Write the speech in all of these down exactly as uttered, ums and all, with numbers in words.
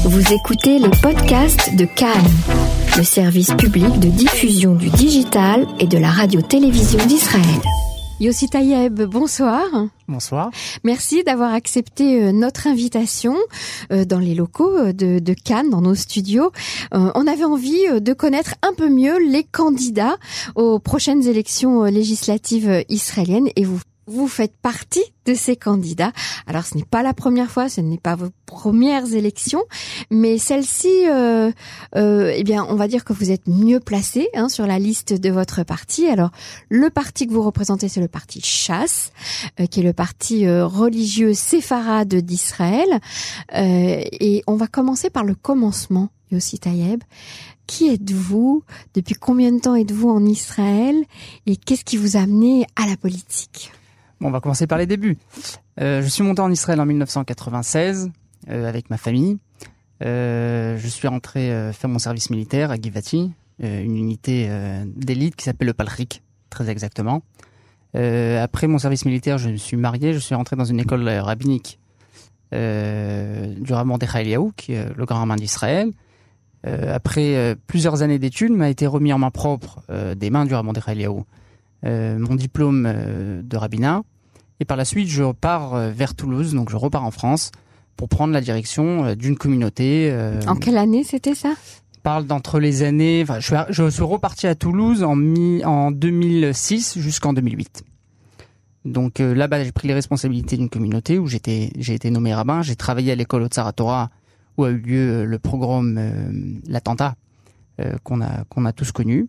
Vous écoutez les podcasts de Cannes, le service public de diffusion du digital et de la radio-télévision d'Israël. Yossi Taïeb, bonsoir. Bonsoir. Merci d'avoir accepté notre invitation dans les locaux de, de Cannes, dans nos studios. On avait envie de connaître un peu mieux les candidats aux prochaines élections législatives israéliennes et vous Vous faites partie de ces candidats. Alors, ce n'est pas la première fois, ce n'est pas vos premières élections, mais celle-ci, euh, euh, eh bien, on va dire que vous êtes mieux placé hein, sur la liste de votre parti. Alors, le parti que vous représentez, c'est le parti Chasse, euh, qui est le parti euh, religieux séfarade d'Israël. Euh, et on va commencer par le commencement, Yossi Taïeb. Qui êtes-vous? Depuis combien de temps êtes-vous en Israël? Et qu'est-ce qui vous a amené à la politique? Bon, on va commencer par les débuts. Euh, je suis monté en Israël en dix-neuf cent quatre-vingt-seize euh, avec ma famille. Euh, je suis rentré euh, faire mon service militaire à Givati, euh, une unité euh, d'élite qui s'appelle le Palchik, très exactement. Euh, après mon service militaire, je me suis marié, je suis rentré dans une école rabbinique euh, du Rav Mordechai Eliaou, qui est le grand rabbin d'Israël. Euh, après euh, plusieurs années d'études, m'a été remis en main propre euh, des mains du Rav Mordechai Eliaou euh, mon diplôme euh, de rabbinat. Et par la suite, je repars euh, vers Toulouse, donc je repars en France pour prendre la direction euh, d'une communauté. Euh, en quelle année c'était ça? Je parle d'entre les années. Enfin, je suis, je suis reparti à Toulouse en, mi, en deux mille six jusqu'en deux mille huit. Donc euh, là-bas, j'ai pris les responsabilités d'une communauté où j'étais, j'ai été nommé rabbin. J'ai travaillé à l'école Otsar Torah où a eu lieu le pogrom, euh, l'attentat euh, qu'on a qu'on a tous connu.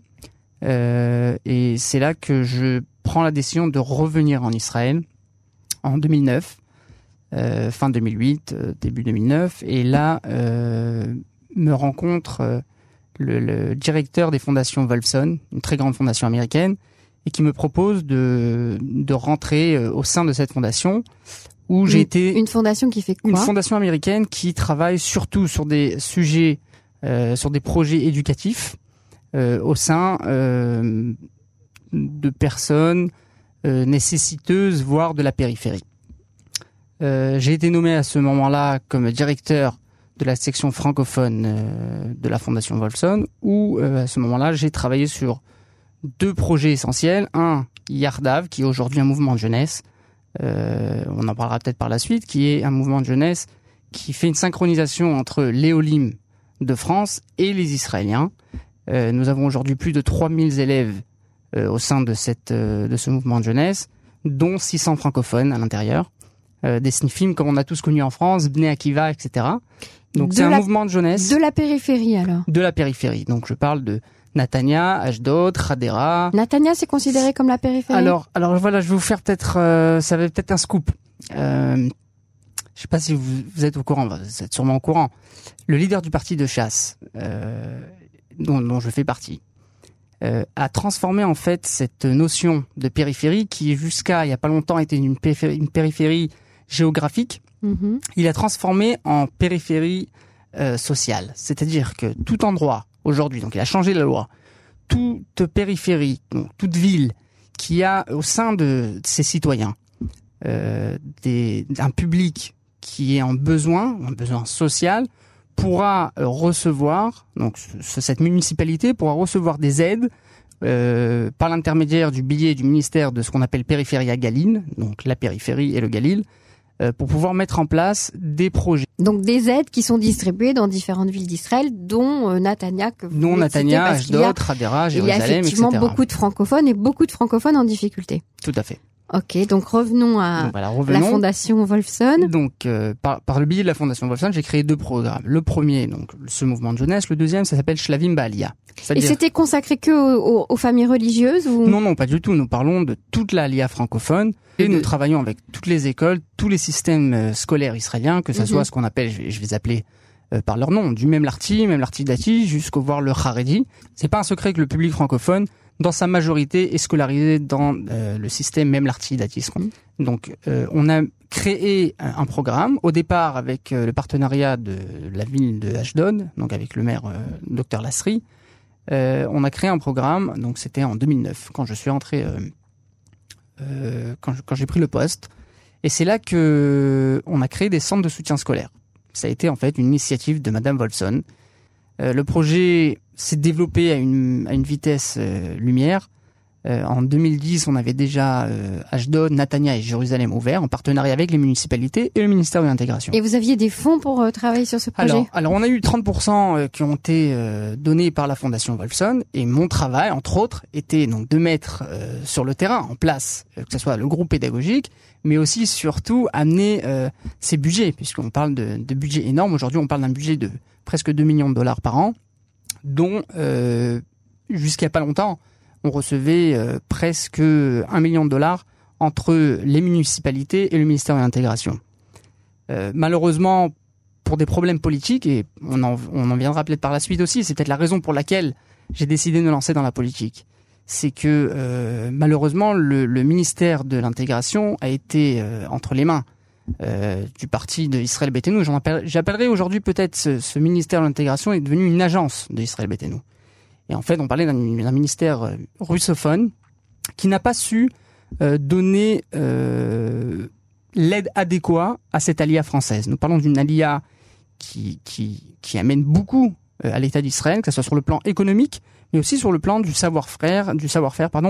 Euh, et c'est là que je prends la décision de revenir en Israël en deux mille neuf, euh, fin deux mille huit, euh, début deux mille neuf. Et là, euh, me rencontre euh, le, le directeur des fondations Wolfson, une très grande fondation américaine, et qui me propose de de rentrer euh, au sein de cette fondation. Où j'ai une, été une fondation qui fait quoi? Une fondation américaine qui travaille surtout sur des sujets, euh, sur des projets éducatifs euh, au sein euh, de personnes euh, nécessiteuses, voire de la périphérie. Euh, j'ai été nommé à ce moment-là comme directeur de la section francophone euh, de la fondation Wolfson, où euh, à ce moment-là j'ai travaillé sur deux projets essentiels. Un, Yardav, qui est aujourd'hui un mouvement de jeunesse. Euh, on en parlera peut-être par la suite, qui est un mouvement de jeunesse qui fait une synchronisation entre les Olim de France et les Israéliens. Euh, nous avons aujourd'hui plus de trois mille élèves euh, au sein de, cette, euh, de ce mouvement de jeunesse, dont six cents francophones à l'intérieur. Euh, des snifim comme on a tous connu en France, Bnei Akiva, et cetera. Donc de c'est un la, mouvement de jeunesse. De la périphérie alors? De la périphérie. Donc je parle de Natania, Ashdod, Hadera. Natania, c'est considéré comme la périphérie? Alors, alors voilà, je vais vous faire peut-être, euh, ça va être peut-être un scoop. Euh, je sais pas si vous, vous êtes au courant, vous êtes sûrement au courant. Le leader du parti de chasse, euh, dont, dont je fais partie, euh, a transformé en fait cette notion de périphérie qui jusqu'à il y a pas longtemps était une périphérie, une périphérie géographique. Mm-hmm. Il a transformé en périphérie euh, sociale, c'est-à-dire que tout endroit aujourd'hui, donc il a changé la loi, toute périphérie, donc toute ville qui a au sein de ses citoyens euh, des, un public qui est en besoin, un besoin social, pourra recevoir, donc ce, cette municipalité pourra recevoir des aides euh, par l'intermédiaire du billet du ministère de ce qu'on appelle Périphérie à Galil, donc la périphérie et le Galil, euh, pour pouvoir mettre en place des projets. Donc des aides qui sont distribuées dans différentes villes d'Israël, dont euh, Natania, que vous dont Natania, Ashdod, Hadera, Jérusalem, et cetera. Il y a effectivement beaucoup de francophones et beaucoup de francophones en difficulté. Tout à fait. Ok, donc revenons à donc voilà, revenons. la fondation Wolfson. Donc euh, par, par le biais de la fondation Wolfson, j'ai créé deux programmes. Le premier, donc ce mouvement de jeunesse. Le deuxième, ça s'appelle Shlavim Ba'Aliyah. Et c'était consacré que aux, aux, aux familles religieuses ou... Non, non, pas du tout. Nous parlons de toute la Aliyah francophone et, et nous de... travaillons avec toutes les écoles, tous les systèmes euh, scolaires israéliens, que ça mm-hmm. soit ce qu'on appelle, je vais, je vais les appeler euh, par leur nom, du même Larti, même Larti Dati, jusqu'au voir le Haredi. C'est pas un secret que le public francophone, dans sa majorité, est scolarisé dans euh, le système même l'artidatisme. Donc, euh, on a créé un, un programme, au départ avec euh, le partenariat de la ville de Ashdod, donc avec le maire euh, docteur Lasri. Euh, on a créé un programme, donc c'était en deux mille neuf, quand je suis entré, euh, euh, quand, je, quand j'ai pris le poste. Et c'est là que on a créé des centres de soutien scolaire. Ça a été en fait une initiative de Madame Wolfson. Euh, le projet s'est développé à une, à une vitesse euh, lumière. Euh, en deux mille dix, on avait déjà euh, Ashdod, Natania et Jérusalem ouverts en partenariat avec les municipalités et le ministère de l'Intégration. Et vous aviez des fonds pour euh, travailler sur ce projet ? Alors, alors, on a eu trente pour cent qui ont été euh, donnés par la Fondation Wolfson, et mon travail, entre autres, était donc de mettre euh, sur le terrain en place, euh, que ce soit le groupe pédagogique, mais aussi surtout amener euh, ces budgets, puisqu'on parle de, de budgets énormes. Aujourd'hui, on parle d'un budget de presque deux millions de dollars par an, dont euh, jusqu'à pas longtemps, on recevait euh, presque un million de dollars entre les municipalités et le ministère de l'Intégration. Euh, malheureusement, pour des problèmes politiques, et on en, on en viendra peut-être par la suite aussi, c'est peut-être la raison pour laquelle j'ai décidé de me lancer dans la politique. C'est que euh, malheureusement, le, le ministère de l'Intégration a été euh, entre les mains euh, du parti de Israël Beiteinu. J'en appelle, j'appellerai aujourd'hui peut-être ce, ce ministère de l'Intégration est devenu une agence de Israël Beiteinu. Et en fait, on parlait d'un, d'un ministère russophone qui n'a pas su euh, donner euh, l'aide adéquate à cette alia française. Nous parlons d'une alia qui, qui, qui amène beaucoup euh, à l'État d'Israël, que ce soit sur le plan économique, mais aussi sur le plan du savoir-faire, du savoir-faire, pardon.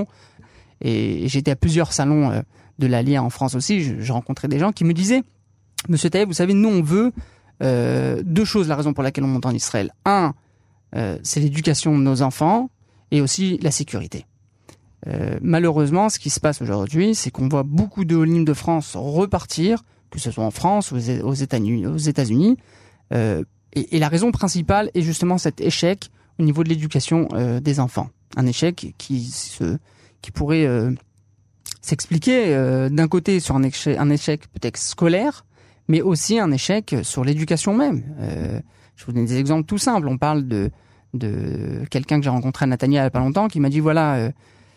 Et, et j'étais à plusieurs salons euh, de l'alia en France aussi. Je, je rencontrais des gens qui me disaient, Monsieur Taïeb, vous savez, nous on veut euh, deux choses, la raison pour laquelle on monte en Israël. Un, Euh, c'est l'éducation de nos enfants et aussi la sécurité. Euh, malheureusement, ce qui se passe aujourd'hui, c'est qu'on voit beaucoup de Olim de France repartir, que ce soit en France ou aux États-Unis, aux États-Unis euh, et, et la raison principale est justement cet échec au niveau de l'éducation euh, des enfants. Un échec qui, se, qui pourrait euh, s'expliquer euh, d'un côté sur un échec, un échec peut-être scolaire, mais aussi un échec sur l'éducation même. Euh, Je vous donne des exemples tout simples. On parle de, de quelqu'un que j'ai rencontré à Natania il n'y a pas longtemps qui m'a dit, voilà, euh,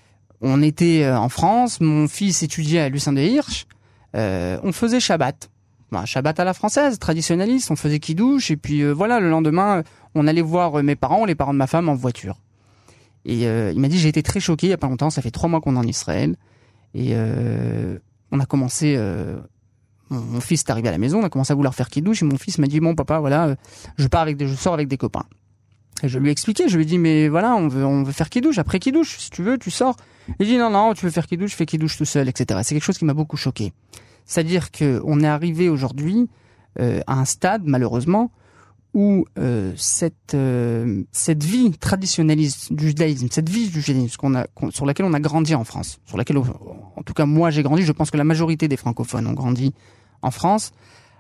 on était en France, mon fils étudiait à Lucin de Hirsch, euh, on faisait Shabbat. Ben, Shabbat à la française, traditionnaliste, on faisait kidouche, et puis euh, voilà, le lendemain, on allait voir mes parents, les parents de ma femme en voiture. Et euh, il m'a dit, j'ai été très choqué il n'y a pas longtemps, ça fait trois mois qu'on est en Israël, et euh, on a commencé... Euh, Mon fils est arrivé à la maison, on a commencé à vouloir faire kidouche et mon fils m'a dit bon papa voilà, je pars avec des, je sors avec des copains. Et je lui ai expliqué, je lui ai dit mais voilà on veut on veut faire kidouche, après kidouche si tu veux tu sors. Il dit non non tu veux faire kidouche, fais kidouche tout seul, et cetera. C'est quelque chose qui m'a beaucoup choqué. C'est-à-dire que on est arrivé aujourd'hui euh, à un stade malheureusement où euh, cette euh, cette vie traditionnaliste du judaïsme, cette vie du judaïsme qu'on a qu'on, sur laquelle on a grandi en France, sur laquelle en tout cas moi j'ai grandi, je pense que la majorité des francophones ont grandi en France,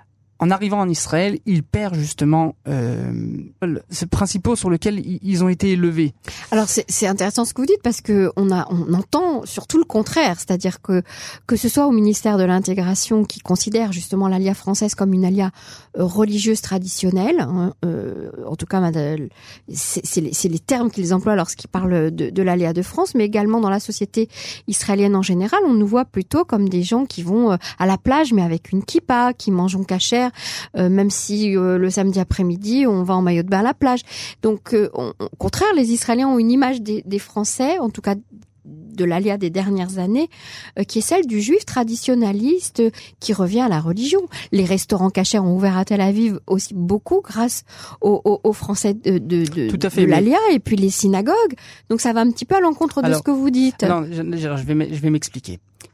en arrivant en Israël, ils perdent justement euh, ces principaux sur lesquels ils ont été élevés. Alors c'est, c'est intéressant ce que vous dites parce que on a on entend surtout le contraire, c'est-à-dire que que ce soit au ministère de l'Intégration qui considère justement l'alia française comme une alia euh, religieuse traditionnelle, hein, euh, en tout cas c'est, c'est, les, c'est les termes qu'ils emploient lorsqu'ils parlent de, de l'alia de France, mais également dans la société israélienne en général, on nous voit plutôt comme des gens qui vont euh, à la plage mais avec une kippa, qui mangent en cachère. Euh, même si euh, le samedi après-midi on va en maillot de bain à la plage. Donc euh, on, au contraire, les Israéliens ont une image des, des Français, en tout cas de l'alia des dernières années, euh, qui est celle du juif traditionnaliste euh, qui revient à la religion. Les restaurants cachers ont ouvert à Tel Aviv aussi beaucoup grâce aux, aux, aux Français de, de, de, Tout à fait, de mais... l'alia et puis les synagogues. Donc ça va un petit peu à l'encontre Alors, de ce que vous dites. Non, je, je, vais, je vais m'expliquer.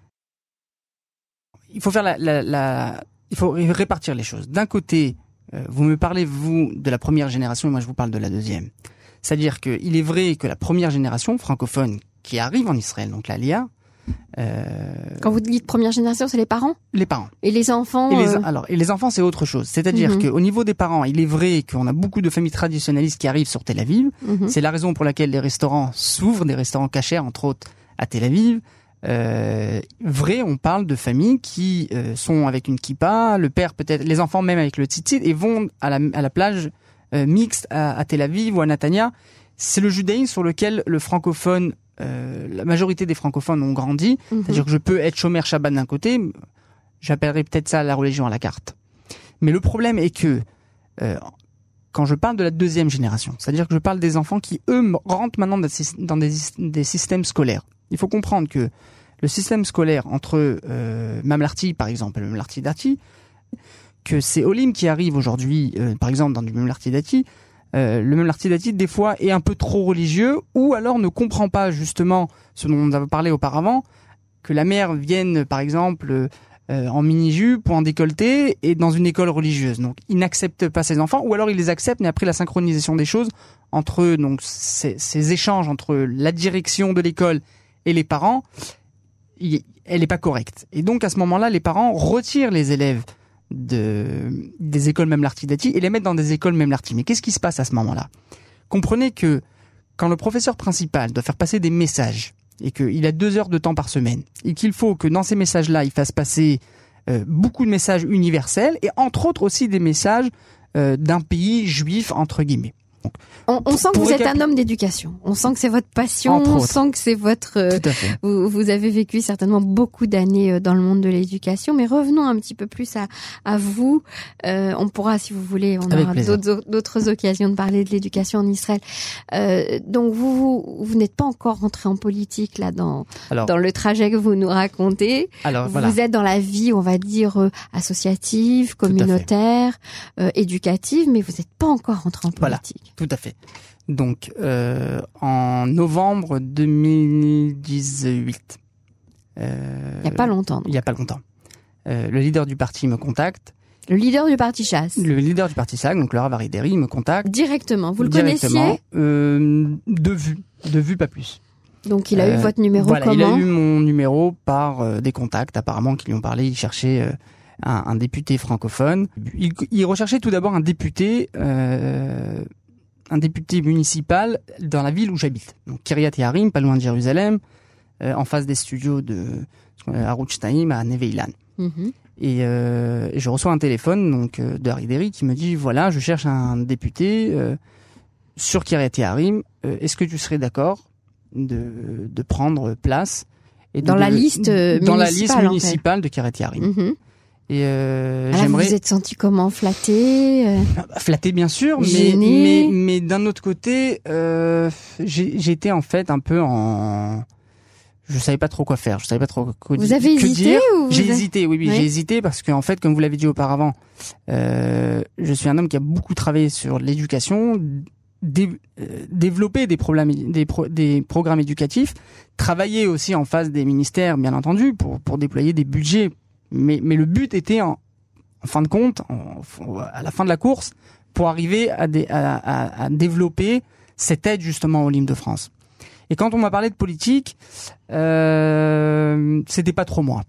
Il faut faire la... la, la... Il faut répartir les choses. D'un côté, euh, vous me parlez, vous, de la première génération, et moi je vous parle de la deuxième. C'est-à-dire qu'il est vrai que la première génération francophone qui arrive en Israël, donc l'Alia... Euh, Quand vous dites première génération, c'est les parents ? Les parents. Et les enfants et les, euh... Alors, et les enfants, c'est autre chose. C'est-à-dire mm-hmm. qu'au niveau des parents, il est vrai qu'on a beaucoup de familles traditionnalistes qui arrivent sur Tel Aviv. Mm-hmm. C'est la raison pour laquelle les restaurants s'ouvrent, des restaurants cachers, entre autres, à Tel Aviv. Euh, vrai, on parle de familles qui euh, sont avec une kippa, le père peut-être, les enfants même avec le tzitzit et vont à la, à la plage euh, mixte à, à Tel Aviv ou à Natania. C'est le judaïsme sur lequel le francophone, euh, la majorité des francophones ont grandi. Mm-hmm. C'est-à-dire que je peux être chômer Shabbat d'un côté, j'appellerais peut-être ça la religion à la carte. Mais le problème est que euh, quand je parle de la deuxième génération, c'est-à-dire que je parle des enfants qui eux rentrent maintenant dans des, des systèmes scolaires. Il faut comprendre que le système scolaire entre euh, Mamlarti, par exemple, et Mamlarti Dati, que c'est Olim qui arrive aujourd'hui, euh, par exemple dans du Memlarti Dati, euh, le Memlarti Dati des fois est un peu trop religieux ou alors ne comprend pas justement ce dont on avait parlé auparavant, que la mère vienne par exemple euh, en mini-jupe ou en décolleté et dans une école religieuse. Donc il n'accepte pas ses enfants ou alors il les accepte mais après la synchronisation des choses entre donc ces, ces échanges entre la direction de l'école et les parents, il, elle n'est pas correcte. Et donc à ce moment-là, les parents retirent les élèves de des écoles Memlarti Dati et les mettent dans des écoles Memlarti. Mais qu'est-ce qui se passe à ce moment-là? Comprenez que quand le professeur principal doit faire passer des messages et qu'il a deux heures de temps par semaine et qu'il faut que dans ces messages-là, il fasse passer euh, beaucoup de messages universels et entre autres aussi des messages euh, d'un pays juif entre guillemets. Donc, on, on sent que vous êtes un homme d'éducation. On sent que c'est votre passion. On sent que c'est votre. Euh, Tout à fait. Vous, vous avez vécu certainement beaucoup d'années dans le monde de l'éducation. Mais revenons un petit peu plus à, à vous. Euh, on pourra, si vous voulez, on Avec aura d'autres, d'autres occasions de parler de l'éducation en Israël. Euh, donc vous, vous, vous n'êtes pas encore rentré en politique là dans alors, dans le trajet que vous nous racontez. Alors, vous voilà. êtes dans la vie, on va dire euh, associative, communautaire, euh, éducative, mais vous n'êtes pas encore rentré en politique. Voilà. Tout à fait. Donc, euh, en novembre deux mille dix-huit. Euh, il n'y a pas longtemps. Donc. Il n'y a pas longtemps. Euh, le leader du parti me contacte. Le leader du parti Chasse. Le leader du parti Chasse, donc le Rav Arie Deri, me contacte. Directement. Vous le Directement, connaissiez euh, de vue. De vue, pas plus. Donc, il a euh, eu votre numéro voilà, comment? Il a eu mon numéro par euh, des contacts, apparemment, qui lui ont parlé. Il cherchait euh, un, un député francophone. Il, il recherchait tout d'abord un député... Euh, un député municipal dans la ville où j'habite. Donc Kiryat Yearim, pas loin de Jérusalem, euh, en face des studios de Arutz Shtaim à Neve Ilan. Mm-hmm. Et, euh, et je reçois un téléphone donc euh, de Arie Deri qui me dit voilà, je cherche un député euh, sur Kiryat Yearim. Euh, est-ce que tu serais d'accord de de prendre place et de, dans de, la liste de, dans la liste municipale en fait. de Kiryat Yearim. Mm-hmm. Et euh, Alors j'aimerais. Vous vous êtes senti comment, flatté euh... Flatté bien sûr, mais Gêné. mais mais d'un autre côté, euh, j'ai, j'étais en fait un peu en, je savais pas trop quoi faire, je savais pas trop quoi vous di- avez que hésité dire. Ou J'ai vous hésité, oui oui, oui. j'ai hésité parce qu'en fait, comme vous l'avez dit auparavant, euh, je suis un homme qui a beaucoup travaillé sur l'éducation. Dé, euh, développer des problèmes, des, pro, des programmes éducatifs, travailler aussi en face des ministères, bien entendu, pour pour déployer des budgets. Mais mais le but était en, en fin de compte, en, à la fin de la course, pour arriver à, des, à, à, à développer cette aide justement au l'Île-de-France. Et quand on m'a parlé de politique, euh, c'était pas trop moi.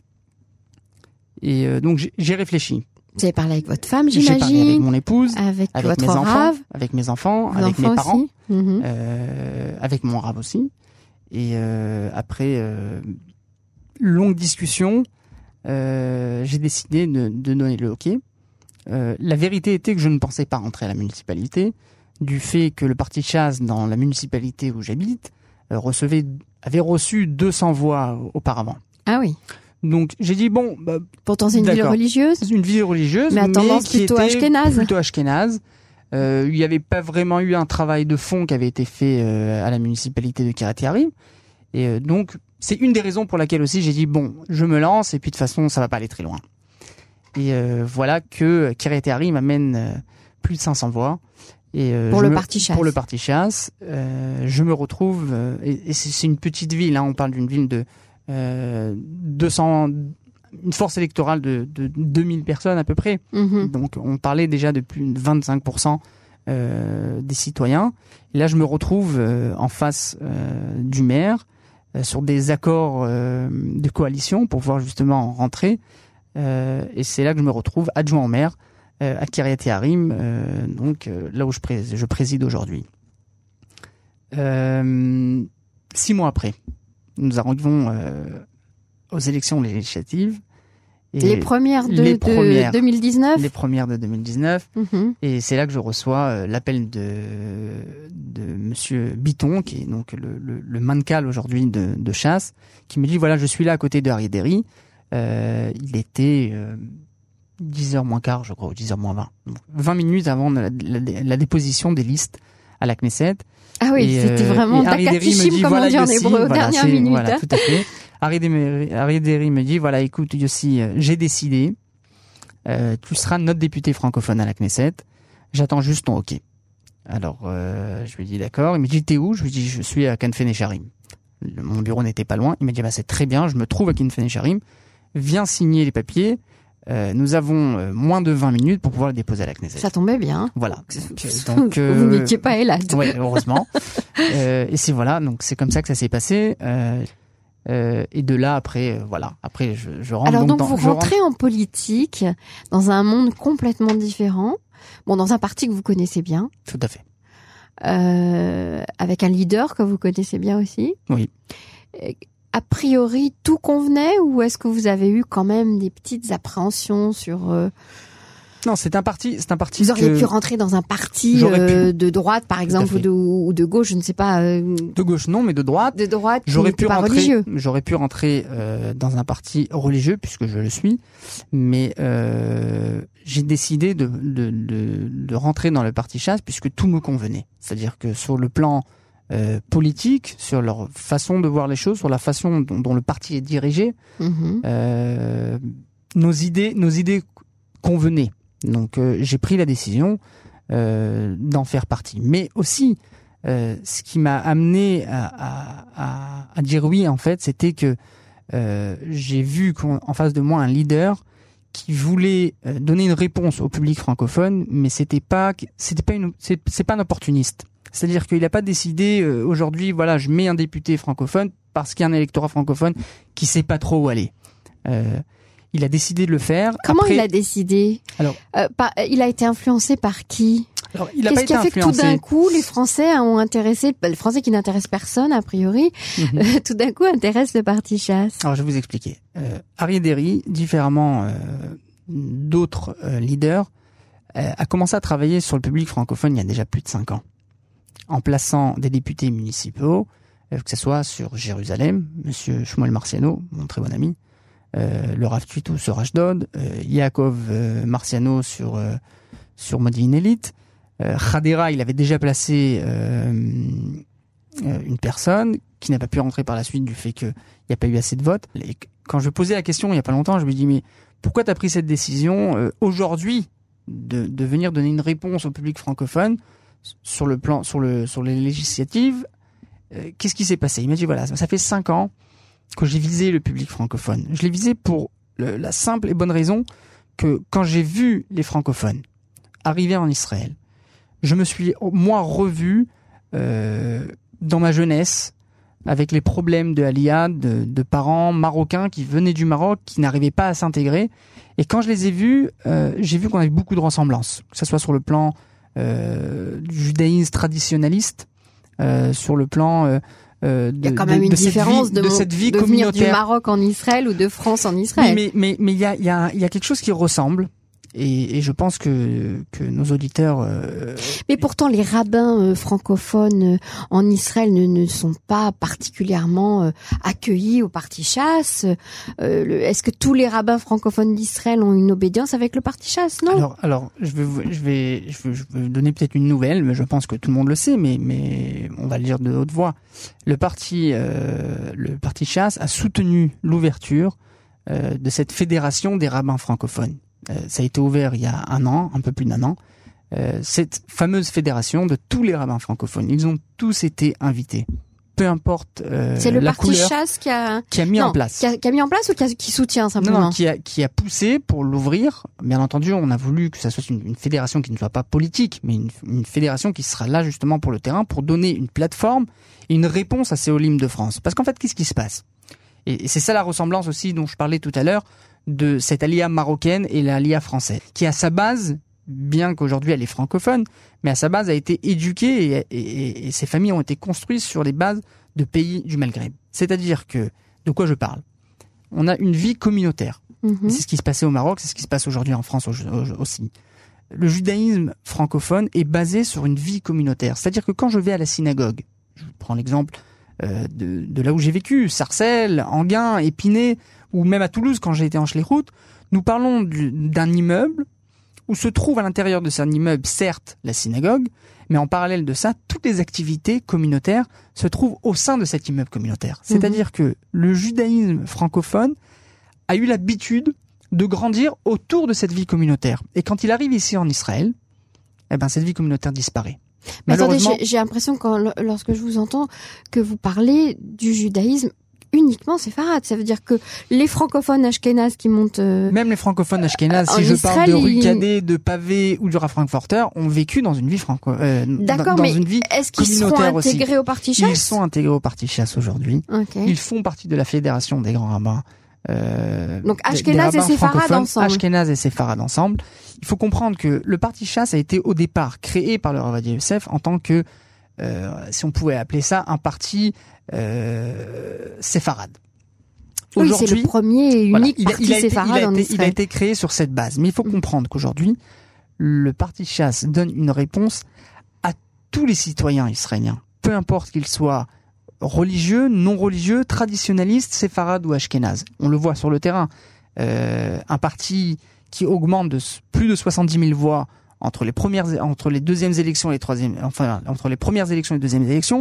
Et euh, donc j'ai, j'ai réfléchi. Vous avez parlé avec votre femme, j'imagine. J'ai parlé avec mon épouse, avec, avec votre mes enfants, rave, avec mes enfants, vos avec enfants mes parents, aussi. Mm-hmm. euh, avec mon rave aussi. Et euh, après euh, longue discussion, euh, j'ai décidé de, de donner le OK. Euh, la vérité était que je ne pensais pas rentrer à la municipalité, du fait que le parti Chasse dans la municipalité où j'habite euh, recevait, avait reçu deux cents voix auparavant. Ah oui. Donc j'ai dit bon, bah, pourtant c'est une d'accord. ville religieuse. C'est une ville religieuse, mais à tendance mais qui plutôt était ashkénaze. Plutôt ashkénaze. Euh, il n'y avait pas vraiment eu un travail de fond qui avait été fait euh, à la municipalité de Kiryat Yearim. Et euh, donc c'est une des raisons pour laquelle aussi j'ai dit bon, je me lance et puis de toute façon ça va pas aller très loin. Et euh, voilà que Kiryat Yearim amène euh, plus de cinq cents voix. Et euh, pour, je le me, parti Chasse. pour le parti Chasse. Euh, je me retrouve, euh, et, et c'est, c'est une petite ville, hein, on parle d'une ville de euh, deux cents, une force électorale de, de deux mille personnes à peu près. Mm-hmm. Donc on parlait déjà de plus de vingt-cinq pour cent euh, des citoyens. Et là je me retrouve euh, en face euh, du maire euh, sur des accords euh, de coalition pour pouvoir justement rentrer. Euh, et c'est là que je me retrouve adjoint au maire euh, à Kiryat Yearim, euh, donc euh, là où je, prés- je préside aujourd'hui. Euh, six mois après, nous arrivons euh, aux élections législatives. Et les premières de, les de premières, deux mille dix-neuf. Les premières de deux mille dix-neuf. Mm-hmm. Et c'est là que je reçois euh, l'appel de de Monsieur Biton, qui est donc le, le, le mancal aujourd'hui de, de Chasse, qui me dit voilà, je suis là à côté de Arie Deri. Euh, il était euh, dix heures moins quart, je crois, ou dix heures moins vingt. Donc, vingt minutes avant la, la, la déposition des listes à la Knesset. Ah oui, et, c'était euh, vraiment dakatishim, comme voilà, on dit en Yossi, hébreu, voilà, dernière c'est, minute. Voilà, hein. tout à fait. Arie Deri me dit, voilà, écoute, Yossi, euh, j'ai décidé. euh, tu seras notre député francophone à la Knesset. J'attends juste ton OK. Alors, euh, je lui dis d'accord. Il me dit, t'es où? Je lui dis, je suis à Khan Necharim. Mon bureau n'était pas loin. Il m'a dit, bah, c'est très bien, je me trouve à Khan Necharim. Viens signer les papiers. Euh, nous avons euh, moins de vingt minutes pour pouvoir le déposer à la Knesset. Ça tombait bien. Voilà. Donc, euh, vous n'étiez pas Elad. Oui, heureusement. euh, et c'est voilà, donc c'est comme ça que ça s'est passé. Euh, euh, et de là, après, euh, voilà. Après, je, je rentre. Alors donc, donc dans, vous rentrez rentre... en politique dans un monde complètement différent. Bon, dans un parti que vous connaissez bien. Tout à fait. Euh, avec un leader que vous connaissez bien aussi. Oui. A priori, tout convenait ou est-ce que vous avez eu quand même des petites appréhensions sur... Euh... Non, c'est un parti, c'est un parti. Vous auriez que... pu rentrer dans un parti euh, de droite, par exemple, ou de, ou de gauche, je ne sais pas. Euh... De gauche, non, mais de droite. De droite, j'aurais pu pas rentrer. Religieux. J'aurais pu rentrer euh, dans un parti religieux puisque je le suis, mais euh, j'ai décidé de, de de de rentrer dans le parti chasse puisque tout me convenait. C'est-à-dire que sur le plan euh, politique, sur leur façon de voir les choses, sur la façon dont, dont le parti est dirigé, mmh. euh, nos idées, nos idées convenaient. Donc euh, j'ai pris la décision euh, d'en faire partie. Mais aussi, euh, ce qui m'a amené à, à, à, à dire oui, en fait, c'était que euh, j'ai vu qu'en face de moi un leader qui voulait euh, donner une réponse au public francophone, mais c'était pas, c'était pas une, c'est, c'est pas un opportuniste. C'est-à-dire qu'il n'a pas décidé euh, aujourd'hui, voilà, je mets un député francophone parce qu'il y a un électorat francophone qui sait pas trop où aller. Euh, Il a décidé de le faire. Comment Après... il a décidé? Alors, euh, par, il a été influencé par qui? Alors, il a Qu'est-ce pas qui a été fait influencé. que tout d'un coup, les Français ont intéressé, les Français qui n'intéressent personne a priori, mm-hmm. euh, tout d'un coup intéressent le parti chasse? Alors, je vais vous expliquer. Euh, Aryeh Deri, différemment euh, d'autres euh, leaders, euh, a commencé à travailler sur le public francophone il y a déjà plus de cinq ans, en plaçant des députés municipaux, euh, que ce soit sur Jérusalem, Monsieur Shmuel Marciano, mon très bon ami, Euh, le Rav Tuitou sur Ashdod, euh, Yaakov euh, Marciano sur euh, sur Modi'in Elite, euh, Hadera, il avait déjà placé euh, euh, une personne qui n'a pas pu rentrer par la suite du fait qu'il n'y a pas eu assez de votes. Et quand je posais la question il y a pas longtemps, je me dis mais pourquoi tu as pris cette décision euh, aujourd'hui de, de venir donner une réponse au public francophone sur le plan sur le sur les législatives euh, qu'est-ce qui s'est passé? Il m'a dit voilà, ça fait cinq ans que j'ai visé le public francophone. Je l'ai visé pour le, la simple et bonne raison que quand j'ai vu les francophones arriver en Israël, je me suis moi revu euh, dans ma jeunesse avec les problèmes de Aliyah, de, de parents marocains qui venaient du Maroc, qui n'arrivaient pas à s'intégrer. Et quand je les ai vus, euh, j'ai vu qu'on avait beaucoup de ressemblances, que ce soit sur le plan euh, du judaïsme traditionnaliste, euh, sur le plan euh, Euh, de, il y a quand de, même une de différence vie, de, de cette vie de venir du communautaire. Maroc en Israël ou de France en Israël. Oui, mais mais mais il y a il y a il y a quelque chose qui ressemble et, et je pense que que nos auditeurs. Euh... Mais pourtant les rabbins euh, francophones euh, en Israël ne ne sont pas particulièrement euh, accueillis au parti chasse. Euh, le, est-ce que tous les rabbins francophones d'Israël ont une obédience avec le parti chasse? Non. Alors alors je vais je vais je vais, je vais vous donner peut-être une nouvelle, mais je pense que tout le monde le sait, mais mais on va le dire de haute voix. Le parti euh, le parti chasse a soutenu l'ouverture euh, de cette fédération des rabbins francophones. Euh, ça a été ouvert il y a un an, un peu plus d'un an. Euh, cette fameuse fédération de tous les rabbins francophones, ils ont tous été invités. Peu importe euh, c'est le la parti couleur, chasse qui a qui a mis non, en place, qui a, qui a mis en place ou qui, a, qui soutient simplement. Non, non, qui a qui a poussé pour l'ouvrir. Bien entendu, on a voulu que ça soit une, une fédération qui ne soit pas politique, mais une, une fédération qui sera là justement pour le terrain, pour donner une plateforme et une réponse à ces Olim de France. Parce qu'en fait, qu'est-ce qui se passe? Et, et c'est ça la ressemblance aussi dont je parlais tout à l'heure de cette aliyah marocaine et l'aliyah française, qui à sa base, bien qu'aujourd'hui elle est francophone, mais à sa base a été éduquée et, et, et ses familles ont été construites sur les bases de pays du Maghreb. C'est-à-dire que, de quoi je parle? On a une vie communautaire. Mm-hmm. C'est ce qui se passait au Maroc, c'est ce qui se passe aujourd'hui en France aussi. Le judaïsme francophone est basé sur une vie communautaire. C'est-à-dire que quand je vais à la synagogue, je prends l'exemple euh, de, de là où j'ai vécu, Sarcelles, Enghien, Épinay, ou même à Toulouse quand j'ai été en Schleichhout, nous parlons du, d'un immeuble où se trouve à l'intérieur de cet immeuble, certes, la synagogue, mais en parallèle de ça, toutes les activités communautaires se trouvent au sein de cet immeuble communautaire. C'est-à-dire mmh. que le judaïsme francophone a eu l'habitude de grandir autour de cette vie communautaire. Et quand il arrive ici en Israël, eh ben cette vie communautaire disparaît. Mais attendez, j'ai, j'ai l'impression quand lorsque je vous entends que vous parlez du judaïsme uniquement séfarade. Ça veut dire que les francophones ashkénazes qui montent... Euh, Même les francophones ashkénazes, si je Israël, parle de rue ils... Cadet, de Pavé ou du Frankfurter, ont vécu dans une vie franco... Euh, D'accord, dans mais une vie est-ce qu'ils seront intégrés aussi. au Parti Chasse ? Ils sont intégrés au Parti Chasse aujourd'hui. Okay. Ils font partie de la fédération des grands rabbins. Euh, Donc ashkénazes et séfarades ensemble. Ashkénazes et séfarades ensemble. Il faut comprendre que le Parti Chasse a été au départ créé par le Rav Ovadia Yosef en tant que, euh, si on pouvait appeler ça, un parti euh, séfarade. Oui, c'est le premier et unique voilà, parti il a, il a séfarade été, en il a été, Israël. Il a été créé sur cette base. Mais il faut mmh. comprendre qu'aujourd'hui, le Parti Chasse donne une réponse à tous les citoyens israéliens, peu importe qu'ils soient religieux, non religieux, traditionnalistes, séfarades ou ashkénazes. On le voit sur le terrain. Euh, un parti qui augmente de plus de soixante-dix mille voix entre les premières, entre les deuxièmes élections et les troisièmes, enfin, entre les premières élections et les deuxièmes élections.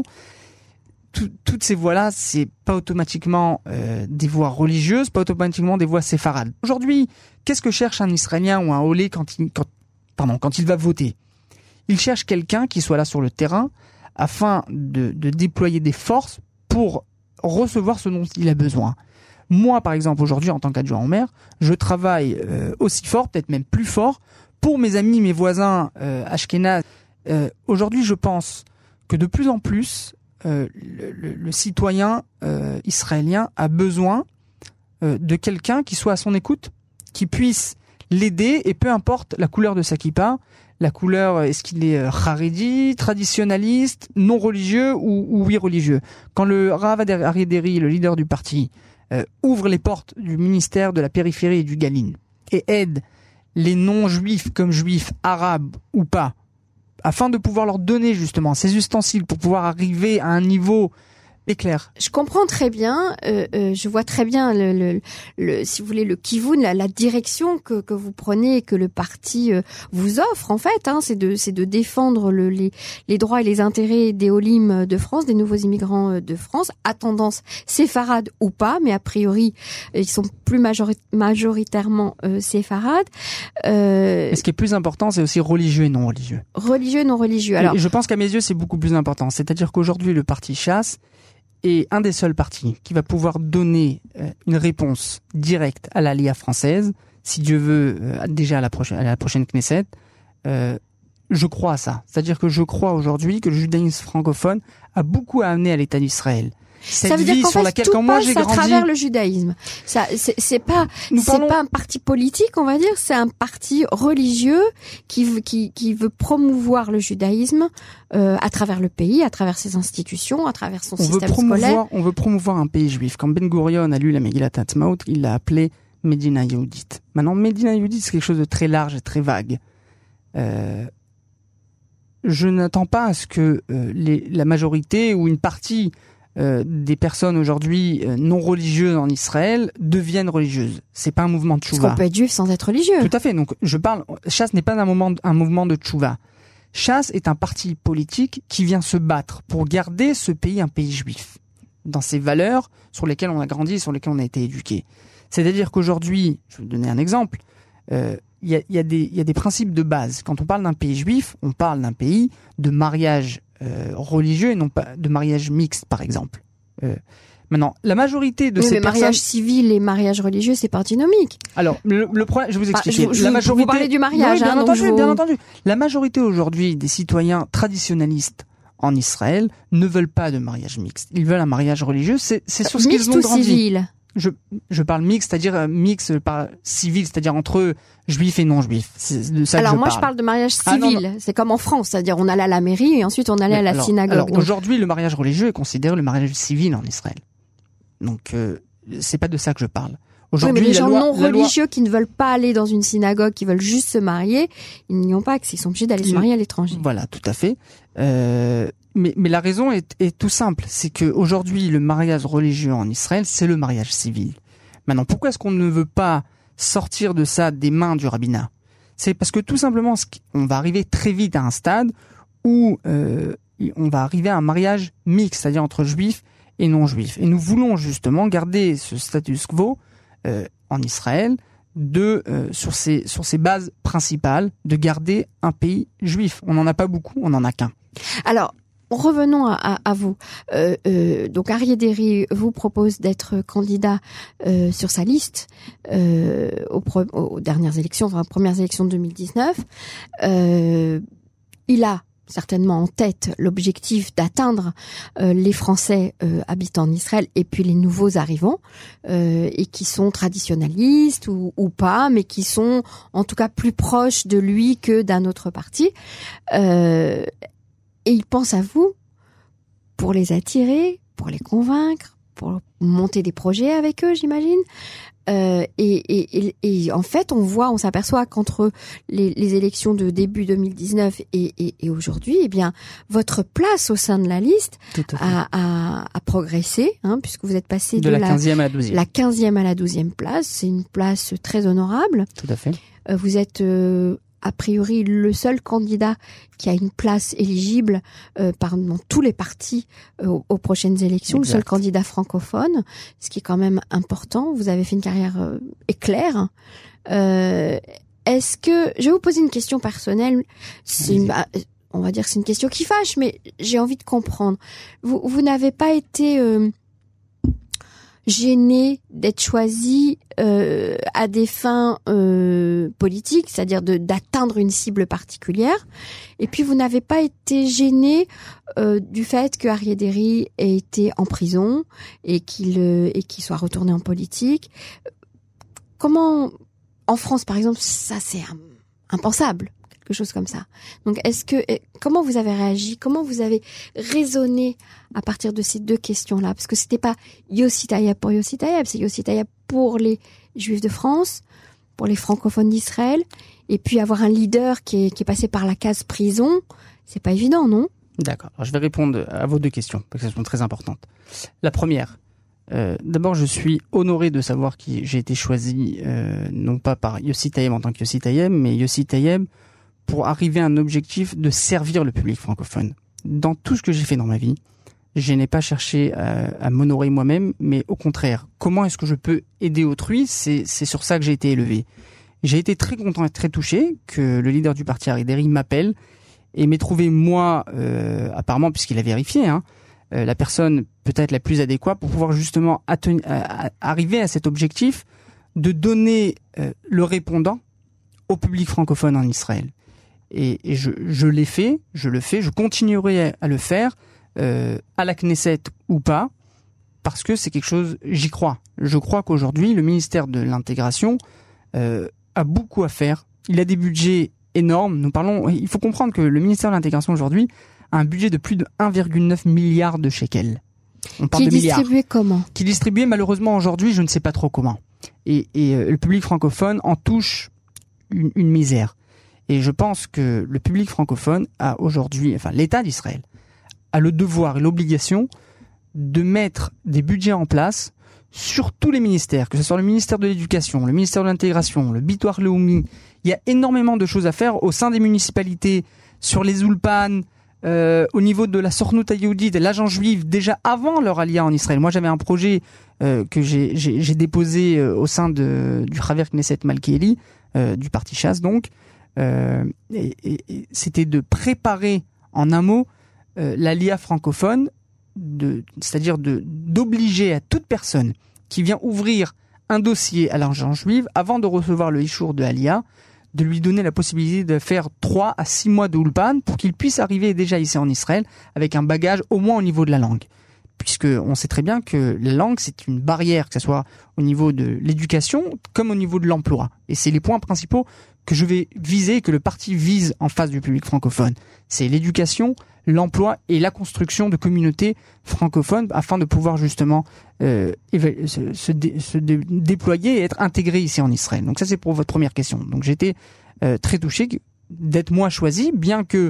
Tout, toutes ces voix-là, c'est pas automatiquement euh, des voix religieuses, pas automatiquement des voix séfarades. Aujourd'hui, qu'est-ce que cherche un Israélien ou un Olé quand il, quand, pardon, quand il va voter ? Il cherche quelqu'un qui soit là sur le terrain afin de, de déployer des forces pour recevoir ce dont il a besoin. Moi, par exemple, aujourd'hui, en tant qu'adjoint au maire, je travaille euh, aussi fort, peut-être même plus fort, pour mes amis, mes voisins euh, ashkénazes. Euh, aujourd'hui, je pense que de plus en plus, euh, le, le, le citoyen euh, israélien a besoin euh, de quelqu'un qui soit à son écoute, qui puisse l'aider, et peu importe la couleur de sa kippa, la couleur, est-ce qu'il est haredi, traditionnaliste, non religieux ou, ou oui religieux. Quand le Rav Aryeh Deri, le leader du parti, euh, ouvre les portes du ministère de la périphérie et du Galine et aide les non-juifs comme juifs, arabes ou pas, afin de pouvoir leur donner justement ces ustensiles pour pouvoir arriver à un niveau éclair. Je comprends très bien, euh, euh, je vois très bien le, le, le, si vous voulez, le kivoun, la, la direction que, que vous prenez et que le parti euh, vous offre en fait. Hein, c'est de, c'est de défendre le, les, les droits et les intérêts des Olim de France, des nouveaux immigrants de France, à tendance séfarade ou pas, mais a priori ils sont plus majori- majoritairement euh, séfarades. Euh, et ce qui est plus important, c'est aussi religieux et non religieux. Religieux et non religieux. Alors, et je pense qu'à mes yeux, c'est beaucoup plus important. C'est-à-dire qu'aujourd'hui, le parti Chasse est un des seuls partis qui va pouvoir donner euh, une réponse directe à l'Aliyah française, si Dieu veut, euh, déjà à la prochaine, à la prochaine Knesset. Euh, je crois à ça. C'est-à-dire que je crois aujourd'hui que le judaïsme francophone a beaucoup à amener à l'État d'Israël. Cette ça veut vie dire qu'en sur fait, laquelle, tout quand moi passe j'ai grandi, à travers le judaïsme. Ça, c'est, c'est pas, Nous c'est parlons... pas un parti politique, on va dire. C'est un parti religieux qui veut, qui, qui veut promouvoir le judaïsme euh, à travers le pays, à travers ses institutions, à travers son on système veut promouvoir, scolaire. On veut promouvoir un pays juif. Quand Ben Gurion a lu la Megillat Ha'atzmaut, il l'a appelé Medina Yehudit. Maintenant, Medina Yehudit, c'est quelque chose de très large et très vague. Euh, je n'attends pas à ce que euh, les, la majorité ou une partie euh, des personnes aujourd'hui euh, non religieuses en Israël deviennent religieuses. C'est pas un mouvement de tchouva. Parce qu'on peut être juif sans être religieux. Tout à fait. Donc, je parle. Chasse n'est pas un, moment, un mouvement de tchouva. Chasse est un parti politique qui vient se battre pour garder ce pays un pays juif, dans ses valeurs sur lesquelles on a grandi, sur lesquelles on a été éduqué. C'est-à-dire qu'aujourd'hui, je vais vous donner un exemple. Euh, Il y, a, y, a des, y a des principes de base. Quand on parle d'un pays juif, on parle d'un pays de mariage euh, religieux et non pas de mariage mixte, par exemple. Euh, maintenant, la majorité de oui, ces mais personnes... mariage civil et mariage religieux, c'est pas antinomique. Alors, le, le problème, je vais vous expliquer. Enfin, je, je, la majorité... Vous parlez du mariage, oui, bien hein, entendu, donc je... bien entendu. La majorité aujourd'hui des citoyens traditionnalistes en Israël ne veulent pas de mariage mixte. Ils veulent un mariage religieux. C'est, c'est sur ce qu'ils ont grandi. Mixte ou civil ? Je, je parle mixte, c'est-à-dire euh, mixte par civil, c'est-à-dire entre juifs et non-juifs. C'est de ça alors que je moi parle. je parle de mariage civil. Ah, non, non. C'est comme en France, c'est-à-dire on allait à la mairie et ensuite on allait Mais à la alors, synagogue. Alors donc... aujourd'hui, le mariage religieux est considéré le mariage civil en Israël. Donc euh, c'est pas de ça que je parle. Aujourd'hui, oui, mais les gens loi, non religieux loi... qui ne veulent pas aller dans une synagogue, qui veulent juste se marier, ils n'y ont pas accès. Ils sont obligés d'aller se marier à l'étranger. Voilà, tout à fait. Euh, mais, mais la raison est, est tout simple, c'est que aujourd'hui, le mariage religieux en Israël, c'est le mariage civil. Maintenant, pourquoi est-ce qu'on ne veut pas sortir de ça des mains du rabbinat ? C'est parce que tout simplement, on va arriver très vite à un stade où euh, on va arriver à un mariage mixte, c'est-à-dire entre juifs et non-juifs. Et nous voulons justement garder ce status quo euh, en Israël de euh, sur ses sur ses bases principales de garder un pays juif. On n'en a pas beaucoup, on n'en a qu'un. Alors, revenons à, à, à vous. Euh, euh, donc, Aryeh Deri vous propose d'être candidat euh, sur sa liste euh, aux, pro- aux dernières élections, enfin aux premières élections de deux mille dix-neuf. Euh, il a certainement en tête l'objectif d'atteindre euh, les Français euh, habitant en Israël et puis les nouveaux arrivants euh, et qui sont traditionnalistes ou, ou pas, mais qui sont en tout cas plus proches de lui que d'un autre parti. Euh, et il pense à vous pour les attirer, pour les convaincre, pour monter des projets avec eux, j'imagine. Euh, et, et, et, et en fait, on voit, on s'aperçoit qu'entre les, les élections de début deux mille dix-neuf et, et, et aujourd'hui, eh bien, votre place au sein de la liste a, a, a progressé, hein, puisque vous êtes passé de, de la quinzième à la douzième. La quinzième à la douzième place. C'est une place très honorable. Tout à fait. Euh, vous êtes euh, a priori le seul candidat qui a une place éligible euh, par dans tous les partis euh, aux, aux prochaines élections, exact. Le seul candidat francophone, ce qui est quand même important. Vous avez fait une carrière euh, éclair. Euh, est-ce que je vais vous poser une question personnelle, c'est une, bah, on va dire que c'est une question qui fâche, mais j'ai envie de comprendre. Vous, vous n'avez pas été euh, gêné d'être choisi euh, à des fins euh, politiques, c'est-à-dire de, d'atteindre une cible particulière, et puis vous n'avez pas été gêné euh, du fait que Aryeh Deri ait été en prison et qu'il euh, et qu'il soit retourné en politique. Comment, en France par exemple, ça c'est impensable, quelque chose comme ça. Donc est-ce que comment vous avez réagi, comment vous avez raisonné à partir de ces deux questions-là, parce que c'était pas Yossi Tayyab pour Yossi Tayyab, c'est Yossi Tayyab pour les Juifs de France, pour les francophones d'Israël, et puis avoir un leader qui est qui est passé par la case prison, c'est pas évident, non? D'accord. Alors je vais répondre à vos deux questions parce qu'elles sont très importantes. La première. Euh, d'abord, je suis honoré de savoir que j'ai été choisi euh, non pas par Yossi Tayyab en tant que Yossi Tayyab, mais Yossi Tayyab pour arriver à un objectif de servir le public francophone. Dans tout ce que j'ai fait dans ma vie, je n'ai pas cherché à, à m'honorer moi-même, mais au contraire, comment est-ce que je peux aider autrui? C'est, c'est sur ça que j'ai été élevé. J'ai été très content et très touché que le leader du parti Aryeh Deri m'appelle et m'ait trouvé moi, euh, apparemment puisqu'il a vérifié, hein, euh, la personne peut-être la plus adéquate pour pouvoir justement atten- à, à, arriver à cet objectif de donner euh, le répondant au public francophone en Israël. Et, et je, je l'ai fait, je le fais, je continuerai à, à le faire, euh, à la Knesset ou pas, parce que c'est quelque chose, j'y crois. Je crois qu'aujourd'hui, le ministère de l'Intégration euh, a beaucoup à faire. Il a des budgets énormes. Nous parlons, il faut comprendre que le ministère de l'Intégration aujourd'hui a un budget de plus de un virgule neuf milliard de shekels. On parle qui est de milliards. distribué comment? Qui est distribué malheureusement aujourd'hui, je ne sais pas trop comment. Et, et euh, le public francophone en touche une, une misère. Et je pense que le public francophone a aujourd'hui, enfin l'État d'Israël, a le devoir et l'obligation de mettre des budgets en place sur tous les ministères, que ce soit le ministère de l'Éducation, le ministère de l'Intégration, le Bitoire Leumi. Il y a énormément de choses à faire au sein des municipalités, sur les Ulpan, euh, au niveau de la Sornout Hayoudit, de l'agent juif, déjà avant leur alia en Israël. Moi, j'avais un projet euh, que j'ai, j'ai, j'ai déposé euh, au sein de, du Chaver Knesset Malkieli, euh, du parti Chasse donc, Euh, et, et, et c'était de préparer en un mot euh, l'alia francophone, de, c'est-à-dire de d'obliger à toute personne qui vient ouvrir un dossier à l'agent juive avant de recevoir le ishour de alia, de lui donner la possibilité de faire trois à six mois de ulpan pour qu'il puisse arriver déjà ici en Israël avec un bagage au moins au niveau de la langue. Puisque on sait très bien que la langue, c'est une barrière, que ce soit au niveau de l'éducation comme au niveau de l'emploi. Et c'est les points principaux que je vais viser, que le parti vise en face du public francophone. C'est l'éducation, l'emploi et la construction de communautés francophones afin de pouvoir justement euh, se, se, dé, se dé, déployer et être intégré ici en Israël. Donc ça, c'est pour votre première question. Donc j'étais euh, très touché d'être moi choisi, bien que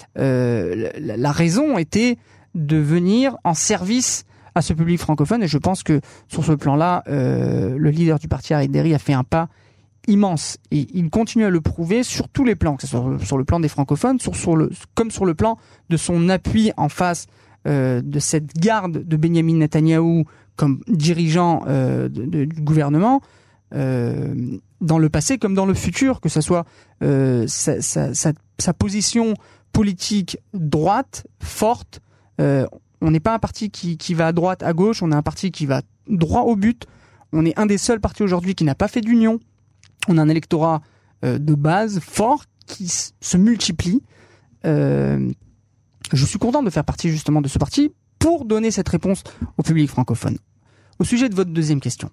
euh, la, la raison était de venir en service à ce public francophone. Et je pense que sur ce plan-là, euh, le leader du parti Aryeh Deri a fait un pas immense. Et il continue à le prouver sur tous les plans, que ce soit sur le plan des francophones, sur, sur le, comme sur le plan de son appui en face euh, de cette garde de Benjamin Netanyahou comme dirigeant euh, de, de, du gouvernement. euh, dans le passé comme dans le futur, que ce soit euh, sa, sa, sa, sa position politique droite, forte. Euh, on n'est pas un parti qui, qui va à droite, à gauche, on est un parti qui va droit au but. On est un des seuls partis aujourd'hui qui n'a pas fait d'union. On a un électorat euh, de base fort qui s- se multiplie. Euh, je suis content de faire partie justement de ce parti pour donner cette réponse au public francophone. Au sujet de votre deuxième question,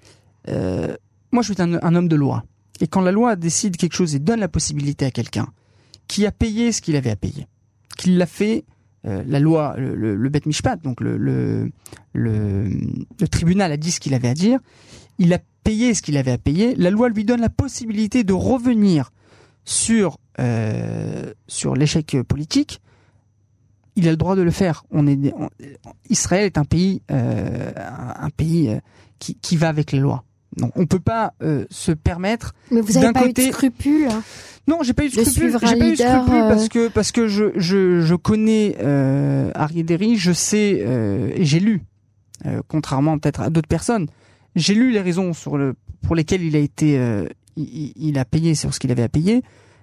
euh, moi je suis un, un homme de loi. Et quand la loi décide quelque chose et donne la possibilité à quelqu'un qui a payé ce qu'il avait à payer, qu'il l'a fait, euh, la loi, le, le, le Bet Mishpat, donc le, le, le, le tribunal a dit ce qu'il avait à dire, il a payé ce qu'il avait à payer, la loi lui donne la possibilité de revenir sur, euh, sur l'échec politique, il a le droit de le faire. On est, on, Israël est un pays, euh, un, un pays euh, qui, qui va avec les lois. Donc on peut pas euh, se permettre. Mais vous n'avez d'un pas côté... eu de scrupules? Non, j'ai pas eu de De scrupules. suivre un J'ai pas eu de leader, scrupules euh, parce que parce que je je je connais euh, Aryeh Deri, je sais euh, et j'ai lu, euh, contrairement peut-être à d'autres personnes, j'ai lu les raisons sur le pour lesquelles il a été euh, il, il a payé sur ce qu'il avait à payer.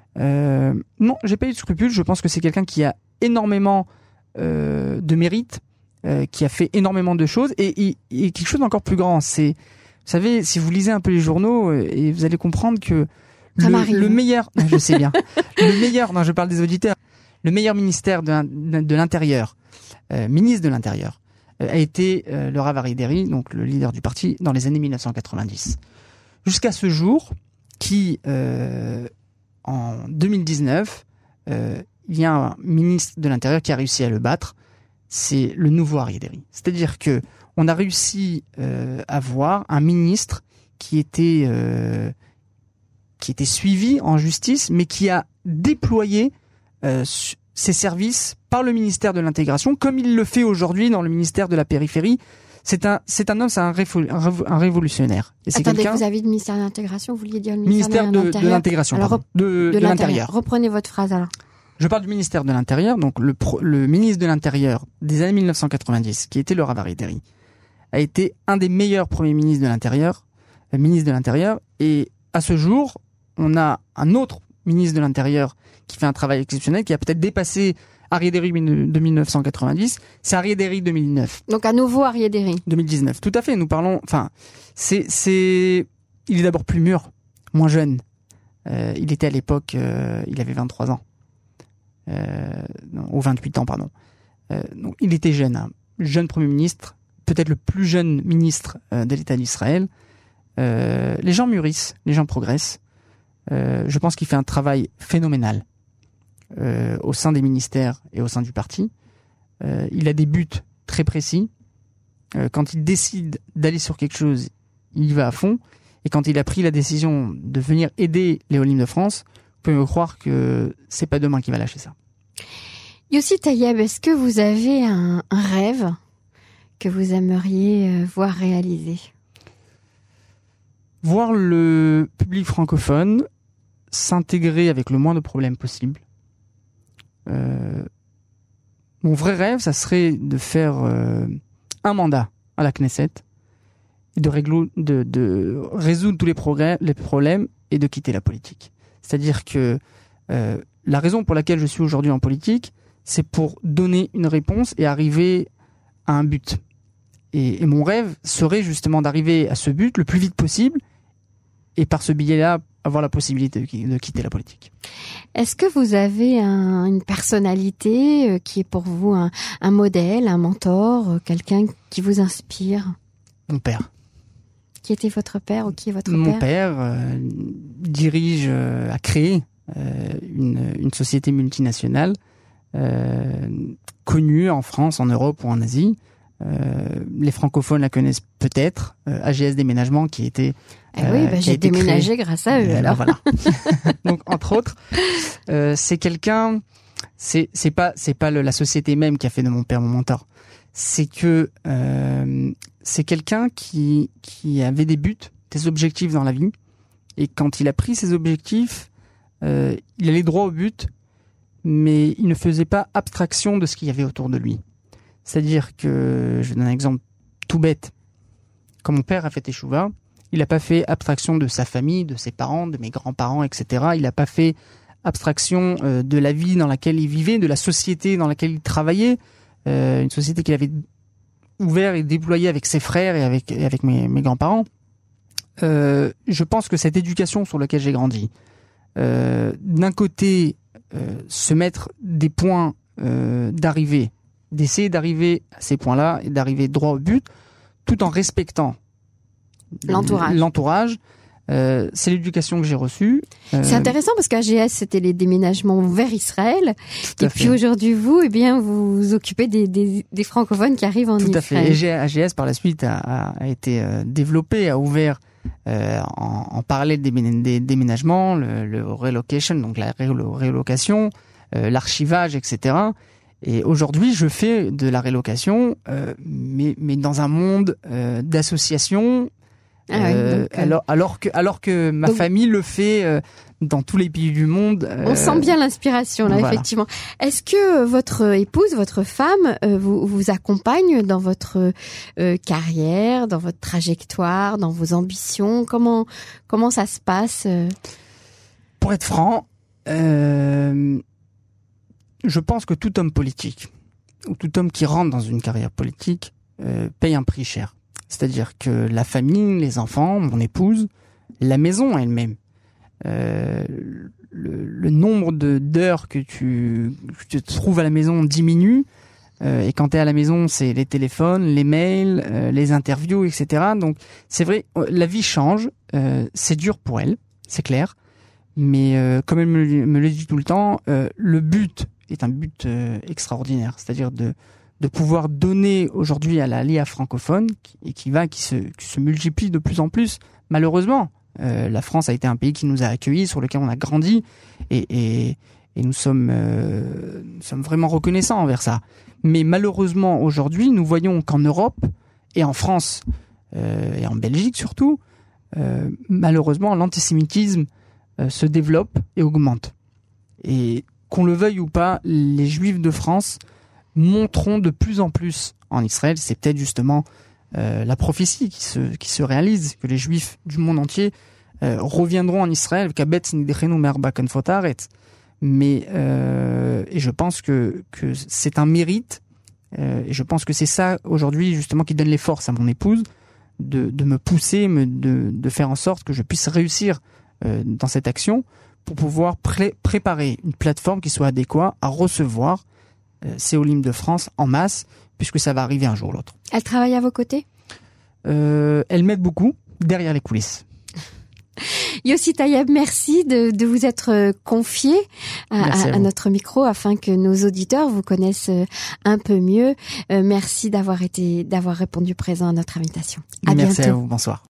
Euh, non, j'ai pas eu de scrupules. Je pense que c'est quelqu'un qui a énormément euh, de mérite, euh, qui a fait énormément de choses et, et, et quelque chose d'encore plus grand. C'est, vous savez, si vous lisez un peu les journaux euh, et vous allez comprendre que Ça le, m'arrive. le meilleur, non, je sais bien, le meilleur, non, je parle des auditeurs, le meilleur ministère de, de l'Intérieur, euh, ministre de l'Intérieur, euh, a été euh, le Rav Aryeh Deri, donc le leader du parti, dans les années mille neuf cent quatre-vingt-dix. Jusqu'à ce jour, qui euh, en deux mille dix-neuf, euh, il y a un ministre de l'Intérieur qui a réussi à le battre. C'est le nouveau Aryeh Deri. C'est-à-dire que on a réussi euh, à avoir un ministre qui était euh, qui était suivi en justice, mais qui a déployé euh, ses services par le ministère de l'Intégration, comme il le fait aujourd'hui dans le ministère de la Périphérie. C'est un, c'est un homme, c'est un, révo- un, révo- un révolutionnaire. Et c'est Attendez, quelqu'un... vous avez dit ministère de l'intégration, vous vouliez dire le ministère ministère de, de de l'intérieur. l'intégration, Alors, pardon, de, de, de l'intérieur. l'intérieur. Reprenez votre phrase alors. Je parle du ministère de l'Intérieur, donc le, pro, le ministre de l'Intérieur des années mille neuf cent quatre-vingt-dix, qui était le Rav Aryeh Deri, a été un des meilleurs premiers ministres de l'Intérieur, euh, ministre de l'Intérieur, et à ce jour, on a un autre ministre de l'Intérieur qui fait un travail exceptionnel, qui a peut-être dépassé Aryeh Deri de mille neuf cent quatre-vingt-dix, c'est Aryeh Deri deux mille neuf. Donc à nouveau Aryeh Deri. deux mille dix-neuf. Tout à fait, nous parlons, enfin, c'est, c'est, il est d'abord plus mûr, moins jeune. Euh, il était à l'époque, euh, il avait vingt-trois ans. Euh, non, ou vingt-huit ans, pardon. Euh, donc, il était jeune, hein. Jeune Premier ministre, peut-être le plus jeune ministre euh, de l'État d'Israël. Euh, les gens mûrissent, les gens progressent. Euh, je pense qu'il fait un travail phénoménal euh, au sein des ministères et au sein du parti. Euh, il a des buts très précis. Euh, quand il décide d'aller sur quelque chose, il y va à fond. Et quand il a pris la décision de venir aider les Olim de France, vous pouvez me croire que c'est pas demain qu'il va lâcher ça. Yossi Taïeb, est-ce que vous avez un, un rêve que vous aimeriez voir réalisé? Voir le public francophone s'intégrer avec le moins de problèmes possible. Euh, mon vrai rêve, ça serait de faire euh, un mandat à la Knesset et de, réglo, de, de résoudre tous les, progrès, les problèmes et de quitter la politique. C'est-à-dire que euh, la raison pour laquelle je suis aujourd'hui en politique, c'est pour donner une réponse et arriver à un but. Et, et mon rêve serait justement d'arriver à ce but le plus vite possible et par ce biais-là, avoir la possibilité de, de quitter la politique. Est-ce que vous avez un, une personnalité qui est pour vous un, un modèle, un mentor, quelqu'un qui vous inspire? Mon père. Qui était votre père ou qui est votre Mon père? père euh, dirige, euh, a créé euh, une, une société multinationale euh, connue en France, en Europe ou en Asie. Euh, les francophones la connaissent peut-être, euh, A G S Déménagement qui était eh oui, bah, j'ai déménagé créé. grâce à eux. Euh, alors voilà. Donc entre autres, euh, c'est quelqu'un, c'est c'est pas c'est pas le, la société même qui a fait de mon père mon mentor. C'est que euh, c'est quelqu'un qui qui avait des buts, des objectifs dans la vie, et quand il a pris ses objectifs, euh, il allait droit au but, mais il ne faisait pas abstraction de ce qu'il y avait autour de lui. C'est-à-dire que, je donne un exemple tout bête, quand mon père a fait Teshuva, Il n'a pas fait abstraction de sa famille, de ses parents, de mes grands-parents, et cetera. Il n'a pas fait abstraction euh, de la vie dans laquelle il vivait, de la société dans laquelle il travaillait, euh, une société qu'il avait ouverte et déployée avec ses frères et avec, et avec mes, mes grands-parents. Euh, je pense que cette éducation sur laquelle j'ai grandi, euh, d'un côté, euh, se mettre des points euh, d'arrivée, d'essayer d'arriver à ces points-là et d'arriver droit au but, tout en respectant l'entourage. L'entourage, euh, c'est l'éducation que j'ai reçue. Euh, c'est intéressant parce qu'A G S, c'était les déménagements vers Israël. Et puis aujourd'hui, vous, eh bien, vous vous occupez des, des, des francophones qui arrivent en tout Israël. Tout à fait. Et A G S, par la suite, a, a été euh, développé, a ouvert euh, en, en parallèle des, des déménagements, le, le relocation, donc la rélocation, euh, l'archivage, et cetera. Et aujourd'hui, je fais de la rélocation, euh, mais, mais dans un monde euh, d'associations. Ah oui, euh, donc, alors, alors que, alors que ma donc, famille le fait euh, dans tous les pays du monde. Euh, on sent bien l'inspiration là, voilà. Effectivement. Est-ce que votre épouse, votre femme, euh, vous, vous accompagne dans votre euh, carrière, dans votre trajectoire, dans vos ambitions? Comment, comment ça se passe? Pour être franc, euh, je pense que tout homme politique, ou tout homme qui rentre dans une carrière politique, euh, paye un prix cher. C'est-à-dire que la famille, les enfants, mon épouse, la maison elle-même, euh, le, le nombre de d'heures que tu, que tu trouves à la maison diminue. Euh, et quand tu es à la maison, c'est les téléphones, les mails, euh, les interviews, et cetera. Donc c'est vrai, la vie change. Euh, c'est dur pour elle, c'est clair. Mais euh, comme elle me, me le dit tout le temps, euh, le but est un but euh, extraordinaire. C'est-à-dire de de pouvoir donner aujourd'hui à la L I A francophone qui, et qui va, qui se, qui se multiplie de plus en plus. Malheureusement, euh, la France a été un pays qui nous a accueillis, sur lequel on a grandi, et, et, et nous sommes, euh, nous sommes vraiment reconnaissants envers ça. Mais malheureusement, aujourd'hui, nous voyons qu'en Europe et en France euh, et en Belgique surtout, euh, malheureusement, l'antisémitisme euh, se développe et augmente. Et qu'on le veuille ou pas, les Juifs de France monteront de plus en plus en Israël. C'est peut-être justement euh, la prophétie qui se qui se réalise, que les Juifs du monde entier euh, reviendront en Israël. Mais euh, et je pense que que c'est un mérite. Euh, et je pense que c'est ça aujourd'hui justement qui donne les forces à mon épouse de de me pousser, me, de de faire en sorte que je puisse réussir euh, dans cette action pour pouvoir pré- préparer une plateforme qui soit adéquate à recevoir ces Olim de France en masse, puisque ça va arriver un jour ou l'autre. Elle travaille à vos côtés ? euh, Elle m'aide beaucoup derrière les coulisses. Yossi Taïeb, merci de, de vous être confié à, à, à, à notre micro afin que nos auditeurs vous connaissent un peu mieux. Euh, merci d'avoir été, d'avoir répondu présent à notre invitation. À merci bientôt. À vous, bonsoir.